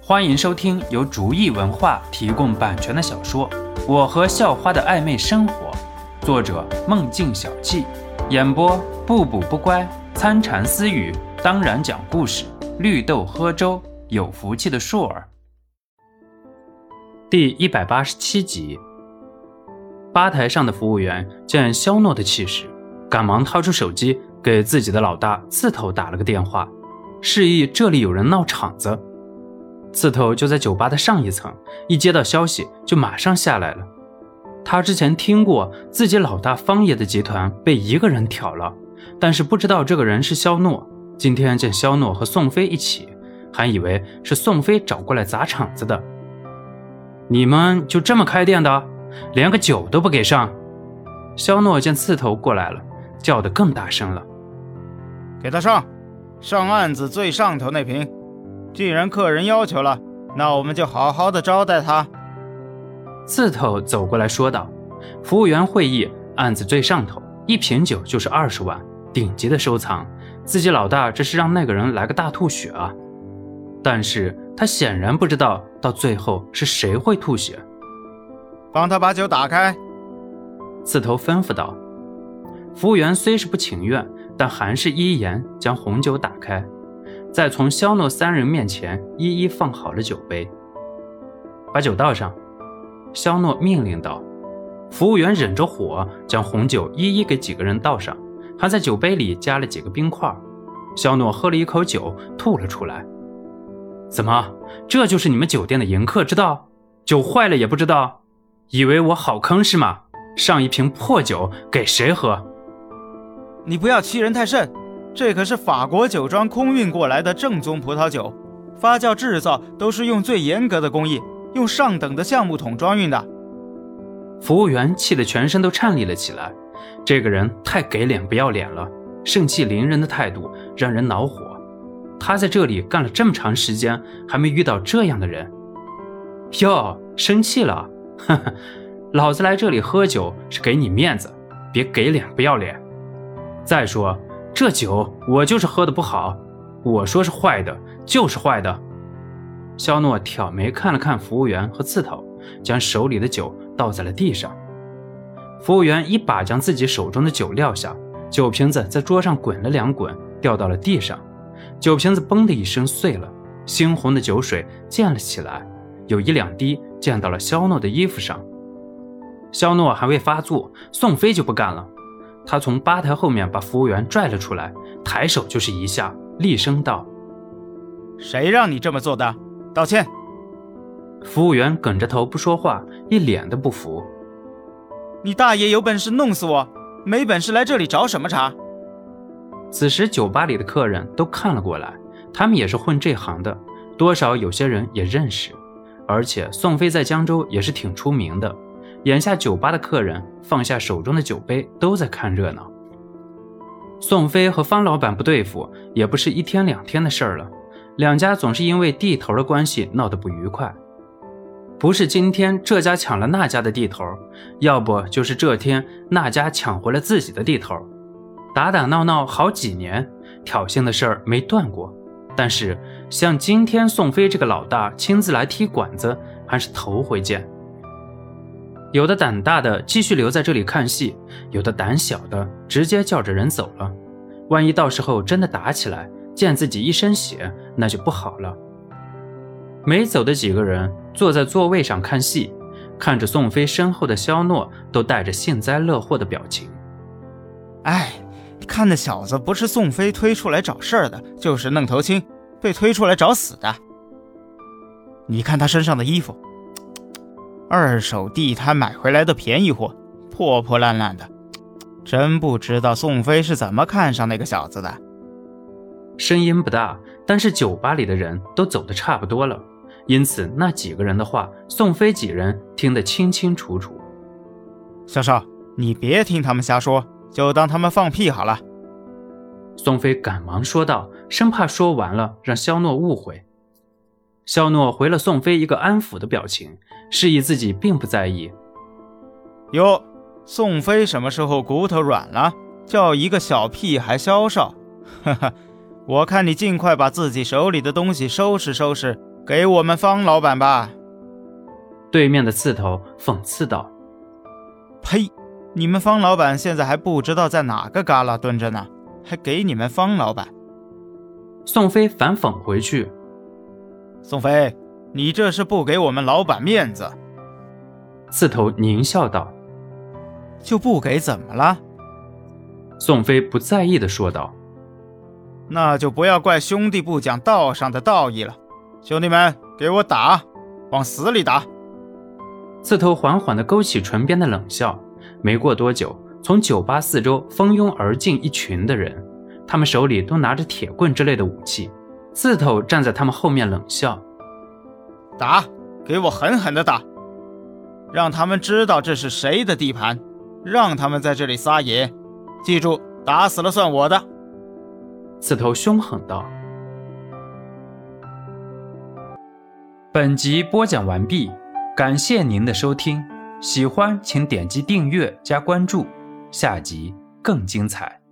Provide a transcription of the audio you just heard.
欢迎收听由竹意文化提供版权的小说《我和校花的暧昧生活》，作者梦境小憩，演播不补不乖、参禅私语，当然讲故事，绿豆喝粥，有福气的硕儿。第187集。吧台上的服务员见肖诺的气势，赶忙掏出手机给自己的老大刺头打了个电话，示意这里有人闹场子。刺头就在酒吧的上一层，一接到消息就马上下来了。他之前听过自己老大方爷的集团被一个人挑了，但是不知道这个人是肖诺。今天见肖诺和宋飞一起，还以为是宋飞找过来砸场子的。你们就这么开店的，连个酒都不给上？肖诺见刺头过来了，叫得更大声了。 给他上案子最上头那瓶。既然客人要求了，那我们就好好的招待他。 刺头走过来说道。服务员会议，案子最上头，一瓶酒就是20万，顶级的收藏。自己老大这是让那个人来个大吐血啊！但是他显然不知道到最后是谁会吐血。 帮他把酒打开。 刺头吩咐道。服务员虽是不情愿，但还是依言将红酒打开，再从肖诺三人面前一一放好了酒杯。把酒倒上，肖诺命令道。服务员忍着火将红酒一一给几个人倒上，还在酒杯里加了几个冰块。肖诺喝了一口酒吐了出来。怎么，这就是你们酒店的迎客之道？酒坏了也不知道？以为我好坑是吗？上一瓶破酒给谁喝？ 你不要欺人太甚，这可是法国酒庄空运过来的正宗葡萄酒，发酵制造都是用最严格的工艺，用上等的橡木桶装运的。 服务员气得全身都颤栗了起来，这个人太给脸不要脸了，盛气凌人的态度让人恼火。他在这里干了这么长时间，还没遇到这样的人。哟，生气了？呵呵，老子来这里喝酒是给你面子，别给脸不要脸。再说这酒我就是喝的不好，我说是坏的就是坏的。肖诺挑眉看了看服务员和刺头，将手里的酒倒在了地上。服务员一把将自己手中的酒撂下，酒瓶子在桌上滚了2滚，掉到了地上。酒瓶子嘣的一声碎了，猩红的酒水溅了起来，有1-2滴溅到了肖诺的衣服上。肖诺还未发作，宋飞就不干了。他从吧台后面把服务员拽了出来，抬手就是一下，厉声道： 谁让你这么做的？道歉。 服务员梗着头不说话，一脸的不服。 你大爷有本事弄死我，没本事来这里找什么茬？ 此时酒吧里的客人都看了过来，他们也是混这行的，多少有些人也认识，而且宋飞在江州也是挺出名的。眼下酒吧的客人放下手中的酒杯，都在看热闹。宋飞和方老板不对付，也不是1天2天的事儿了，两家总是因为地头的关系闹得不愉快。不是今天这家抢了那家的地头，要不就是这天那家抢回了自己的地头，打打闹闹好几年，挑衅的事儿没断过。但是像今天宋飞这个老大亲自来踢馆子，还是头回见。有的胆大的继续留在这里看戏，有的胆小的直接叫着人走了。万一到时候真的打起来，溅自己一身血，那就不好了。没走的几个人坐在座位上看戏，看着宋飞身后的肖诺都带着幸灾乐祸的表情。 哎，看那小子不是宋飞推出来找事儿的，就是愣头青被推出来找死的。你看他身上的衣服，二手地摊买回来的便宜货，破破烂烂的，真不知道宋飞是怎么看上那个小子的。 声音不大，但是酒吧里的人都走得差不多了，因此那几个人的话，宋飞几人听得清清楚楚。 小少，你别听他们瞎说，就当他们放屁好了。 宋飞赶忙说道，生怕说完了让肖诺误会。肖诺回了宋飞一个安抚的表情，示意自己并不在意。 哟，宋飞什么时候骨头软了，叫一个小屁孩萧少？呵呵，我看你尽快把自己手里的东西收拾收拾， 给我们方老板吧。 对面的刺头讽刺道。 呸，你们方老板现在还不知道在哪个旮旯蹲着呢，还给你们方老板。 宋飞反讽回去。 宋飞，你这是不给我们老板面子。 刺头狞笑道。 就不给怎么了？ 宋飞不在意地说道。 那就不要怪兄弟不讲道上的道义了。兄弟们，给我打，往死里打。 刺头缓缓地勾起唇边的冷笑。没过多久，从酒吧四周蜂拥而进一群的人，他们手里都拿着铁棍之类的武器。刺头站在他们后面冷笑。 打，给我狠狠地打，让他们知道这是谁的地盘，让他们在这里撒野，记住，打死了算我的。 刺头凶狠道。本集播讲完毕，感谢您的收听，喜欢请点击订阅加关注，下集更精彩。